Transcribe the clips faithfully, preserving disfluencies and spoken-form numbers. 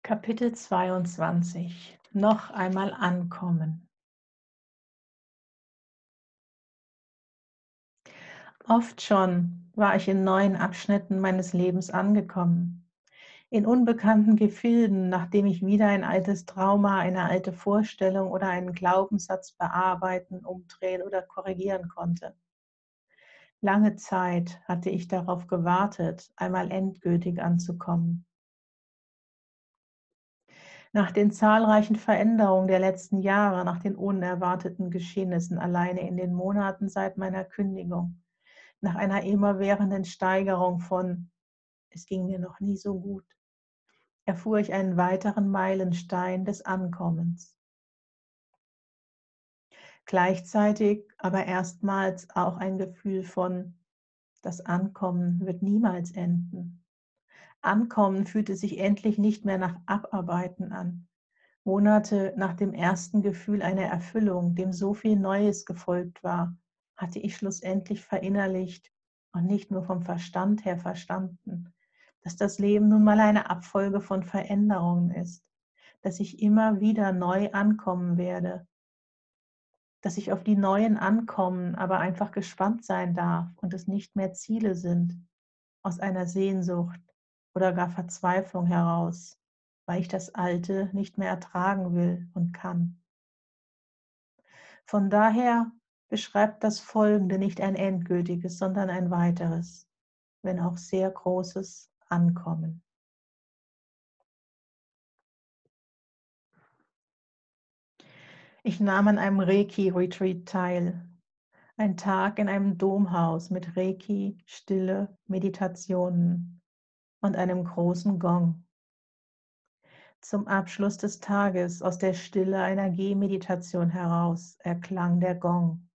Kapitel zweiundzwanzig. Noch einmal ankommen. Oft schon war ich in neuen Abschnitten meines Lebens angekommen, in unbekannten Gefilden, nachdem ich wieder ein altes Trauma, eine alte Vorstellung oder einen Glaubenssatz bearbeiten, umdrehen oder korrigieren konnte. Lange Zeit hatte ich darauf gewartet, einmal endgültig anzukommen. Nach den zahlreichen Veränderungen der letzten Jahre, nach den unerwarteten Geschehnissen alleine in den Monaten seit meiner Kündigung, nach einer immerwährenden Steigerung von „Es ging mir noch nie so gut", erfuhr ich einen weiteren Meilenstein des Ankommens. Gleichzeitig aber erstmals auch ein Gefühl von: Das Ankommen wird niemals enden. Ankommen fühlte sich endlich nicht mehr nach Abarbeiten an. Monate nach dem ersten Gefühl einer Erfüllung, dem so viel Neues gefolgt war, hatte ich schlussendlich verinnerlicht und nicht nur vom Verstand her verstanden, dass das Leben nun mal eine Abfolge von Veränderungen ist, dass ich immer wieder neu ankommen werde, dass ich auf die neuen Ankommen aber einfach gespannt sein darf und es nicht mehr Ziele sind, aus einer Sehnsucht oder gar Verzweiflung heraus, weil ich das Alte nicht mehr ertragen will und kann. Von daher beschreibt das Folgende nicht ein endgültiges, sondern ein weiteres, wenn auch sehr großes Ankommen. Ich nahm an einem Reiki-Retreat teil. Ein Tag in einem Domhaus mit Reiki, Stille, Meditationen und einem großen Gong. Zum Abschluss des Tages, aus der Stille einer Gehmeditation heraus, erklang der Gong.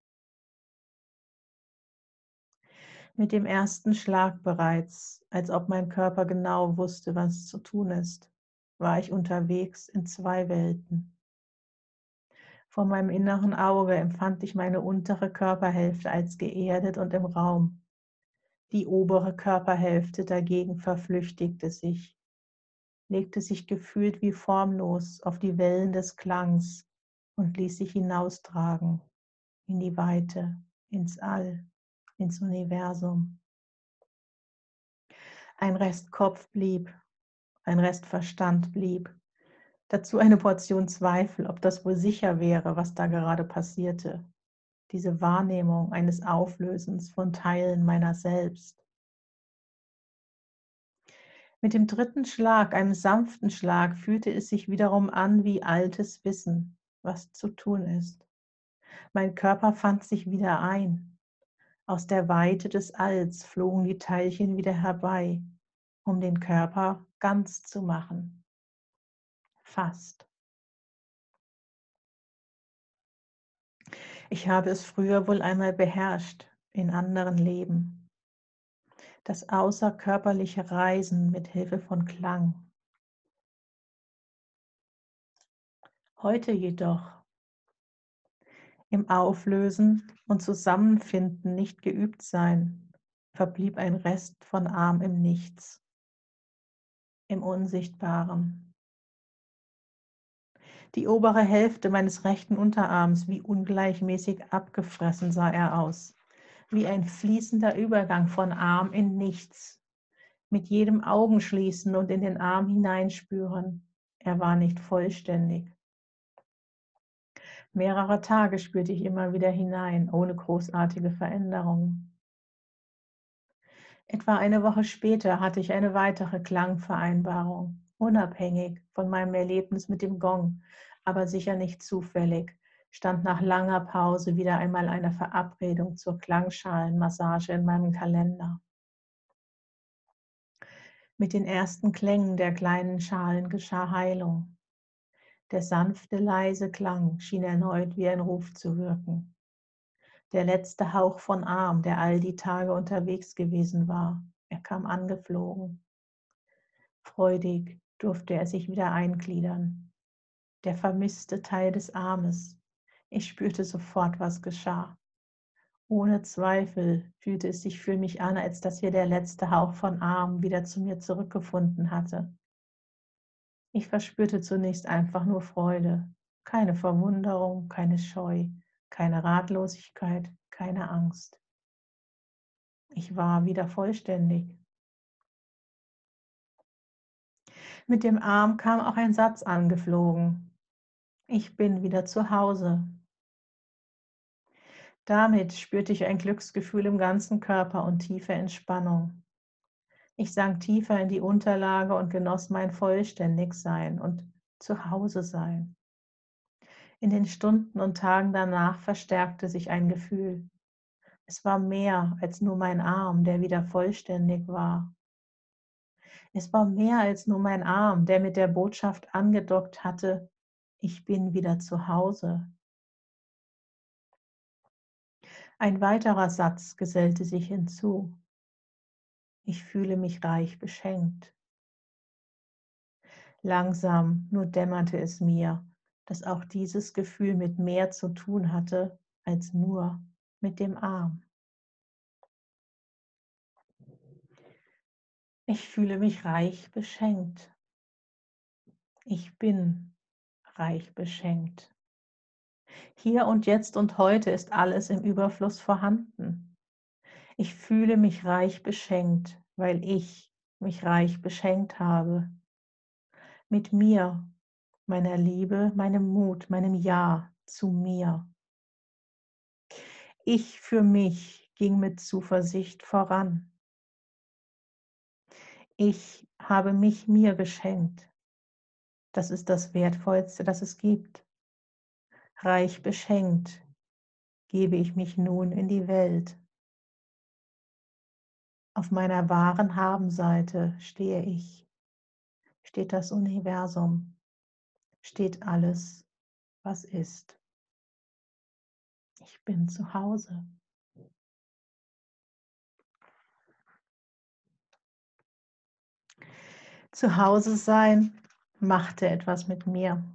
Mit dem ersten Schlag bereits, als ob mein Körper genau wusste, was zu tun ist, war ich unterwegs in zwei Welten. Vor meinem inneren Auge empfand ich meine untere Körperhälfte als geerdet und im Raum. Die obere Körperhälfte dagegen verflüchtigte sich, legte sich gefühlt wie formlos auf die Wellen des Klangs und ließ sich hinaustragen in die Weite, ins All, ins Universum. Ein Rest Kopf blieb, ein Rest Verstand blieb. Dazu eine Portion Zweifel, ob das wohl sicher wäre, was da gerade passierte. Diese Wahrnehmung eines Auflösens von Teilen meiner selbst. Mit dem dritten Schlag, einem sanften Schlag, fühlte es sich wiederum an wie altes Wissen, was zu tun ist. Mein Körper fand sich wieder ein. Aus der Weite des Alls flogen die Teilchen wieder herbei, um den Körper ganz zu machen. Fast. Ich habe es früher wohl einmal beherrscht, in anderen Leben. Das außerkörperliche Reisen mit Hilfe von Klang. Heute jedoch im Auflösen und Zusammenfinden nicht geübt sein, verblieb ein Rest von Arm im Nichts, im Unsichtbaren. Die obere Hälfte meines rechten Unterarms, wie ungleichmäßig abgefressen sah er aus, wie ein fließender Übergang von Arm in Nichts. Mit jedem Augenschließen und in den Arm hineinspüren. Er war nicht vollständig. Mehrere Tage spürte ich immer wieder hinein, ohne großartige Veränderungen. Etwa eine Woche später hatte ich eine weitere Klangvereinbarung, unabhängig von meinem Erlebnis mit dem Gong, aber sicher nicht zufällig, stand nach langer Pause wieder einmal eine Verabredung zur Klangschalenmassage in meinem Kalender. Mit den ersten Klängen der kleinen Schalen geschah Heilung. Der sanfte, leise Klang schien erneut wie ein Ruf zu wirken. Der letzte Hauch von Arm, der all die Tage unterwegs gewesen war, er kam angeflogen. Freudig durfte er sich wieder eingliedern. Der vermisste Teil des Armes. Ich spürte sofort, was geschah. Ohne Zweifel fühlte es sich für mich an, als dass hier der letzte Hauch von Arm wieder zu mir zurückgefunden hatte. Ich verspürte zunächst einfach nur Freude, keine Verwunderung, keine Scheu, keine Ratlosigkeit, keine Angst. Ich war wieder vollständig. Mit dem Arm kam auch ein Satz angeflogen. Ich bin wieder zu Hause. Damit spürte ich ein Glücksgefühl im ganzen Körper und tiefe Entspannung. Ich sank tiefer in die Unterlage und genoss mein Vollständigsein und Zuhause-Sein. In den Stunden und Tagen danach verstärkte sich ein Gefühl. Es war mehr als nur mein Arm, der wieder vollständig war. Es war mehr als nur mein Arm, der mit der Botschaft angedockt hatte: Ich bin wieder zu Hause. Ein weiterer Satz gesellte sich hinzu: Ich fühle mich reich beschenkt. Langsam nur dämmerte es mir, dass auch dieses Gefühl mit mehr zu tun hatte als nur mit dem Arm. Ich fühle mich reich beschenkt. Ich bin reich beschenkt. Hier und jetzt und heute ist alles im Überfluss vorhanden. Ich fühle mich reich beschenkt, weil ich mich reich beschenkt habe. Mit mir, meiner Liebe, meinem Mut, meinem Ja zu mir. Ich für mich ging mit Zuversicht voran. Ich habe mich mir geschenkt. Das ist das Wertvollste, das es gibt. Reich beschenkt gebe ich mich nun in die Welt. Auf meiner wahren Habenseite stehe ich, steht das Universum, steht alles, was ist. Ich bin zu Hause. Zu Hause sein machte etwas mit mir.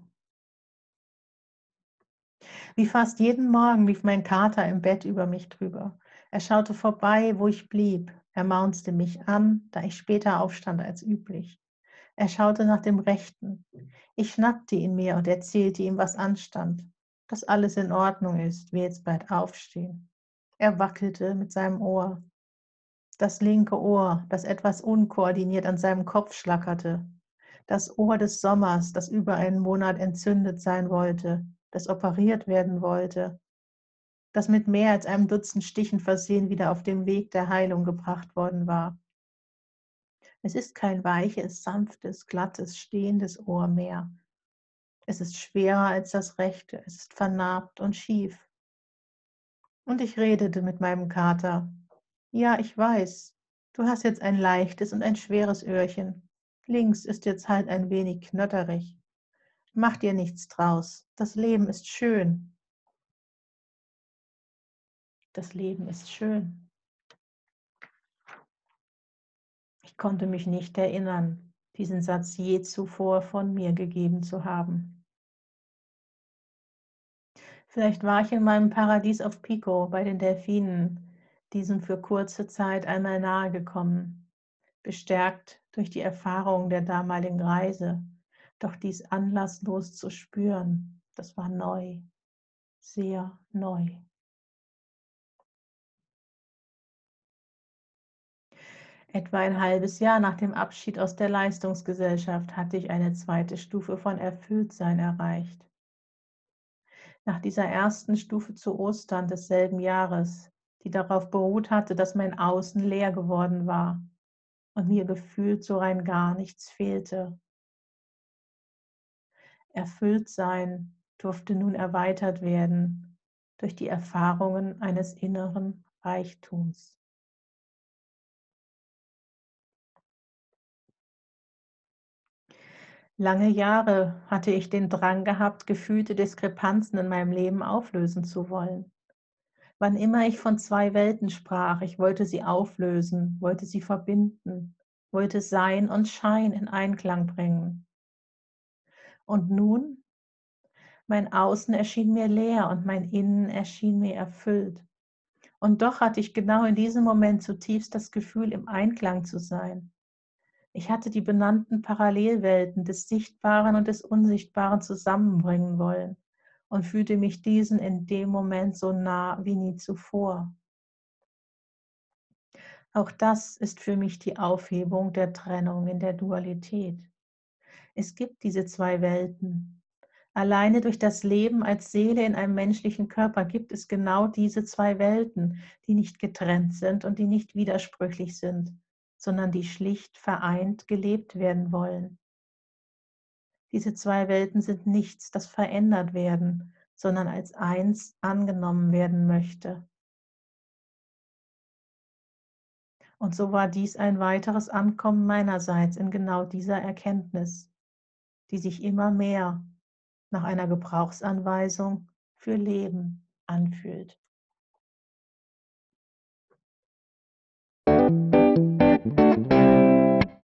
Wie fast jeden Morgen lief mein Kater im Bett über mich drüber. Er schaute vorbei, wo ich blieb. Er maunzte mich an, da ich später aufstand als üblich. Er schaute nach dem Rechten. Ich schnappte ihn mir und erzählte ihm, was anstand, dass alles in Ordnung ist, wir jetzt bald aufstehen. Er wackelte mit seinem Ohr. Das linke Ohr, das etwas unkoordiniert an seinem Kopf schlackerte. Das Ohr des Sommers, das über einen Monat entzündet sein wollte, das operiert werden wollte, das mit mehr als einem Dutzend Stichen versehen wieder auf den Weg der Heilung gebracht worden war. Es ist kein weiches, sanftes, glattes, stehendes Ohr mehr. Es ist schwerer als das rechte, es ist vernarbt und schief. Und ich redete mit meinem Kater. Ja, ich weiß, du hast jetzt ein leichtes und ein schweres Öhrchen. Links ist jetzt halt ein wenig knötterig. Mach dir nichts draus. Das Leben ist schön. Das Leben ist schön. Ich konnte mich nicht erinnern, diesen Satz je zuvor von mir gegeben zu haben. Vielleicht war ich in meinem Paradies auf Pico bei den Delfinen, diesem für kurze Zeit einmal nahe gekommen, bestärkt durch die Erfahrung der damaligen Reise, doch dies anlasslos zu spüren, das war neu, sehr neu. Etwa ein halbes Jahr nach dem Abschied aus der Leistungsgesellschaft hatte ich eine zweite Stufe von Erfülltsein erreicht. Nach dieser ersten Stufe zu Ostern desselben Jahres, die darauf beruht hatte, dass mein Außen leer geworden war und mir gefühlt so rein gar nichts fehlte. Erfülltsein durfte nun erweitert werden durch die Erfahrungen eines inneren Reichtums. Lange Jahre hatte ich den Drang gehabt, gefühlte Diskrepanzen in meinem Leben auflösen zu wollen. Wann immer ich von zwei Welten sprach, ich wollte sie auflösen, wollte sie verbinden, wollte Sein und Schein in Einklang bringen. Und nun, mein Außen erschien mir leer und mein Innen erschien mir erfüllt. Und doch hatte ich genau in diesem Moment zutiefst das Gefühl, im Einklang zu sein. Ich hatte die benannten Parallelwelten des Sichtbaren und des Unsichtbaren zusammenbringen wollen und fühlte mich diesen in dem Moment so nah wie nie zuvor. Auch das ist für mich die Aufhebung der Trennung in der Dualität. Es gibt diese zwei Welten. Alleine durch das Leben als Seele in einem menschlichen Körper gibt es genau diese zwei Welten, die nicht getrennt sind und die nicht widersprüchlich sind, sondern die schlicht vereint gelebt werden wollen. Diese zwei Welten sind nichts, das verändert werden, sondern als eins angenommen werden möchte. Und so war dies ein weiteres Ankommen meinerseits in genau dieser Erkenntnis, die sich immer mehr nach einer Gebrauchsanweisung für Leben anfühlt.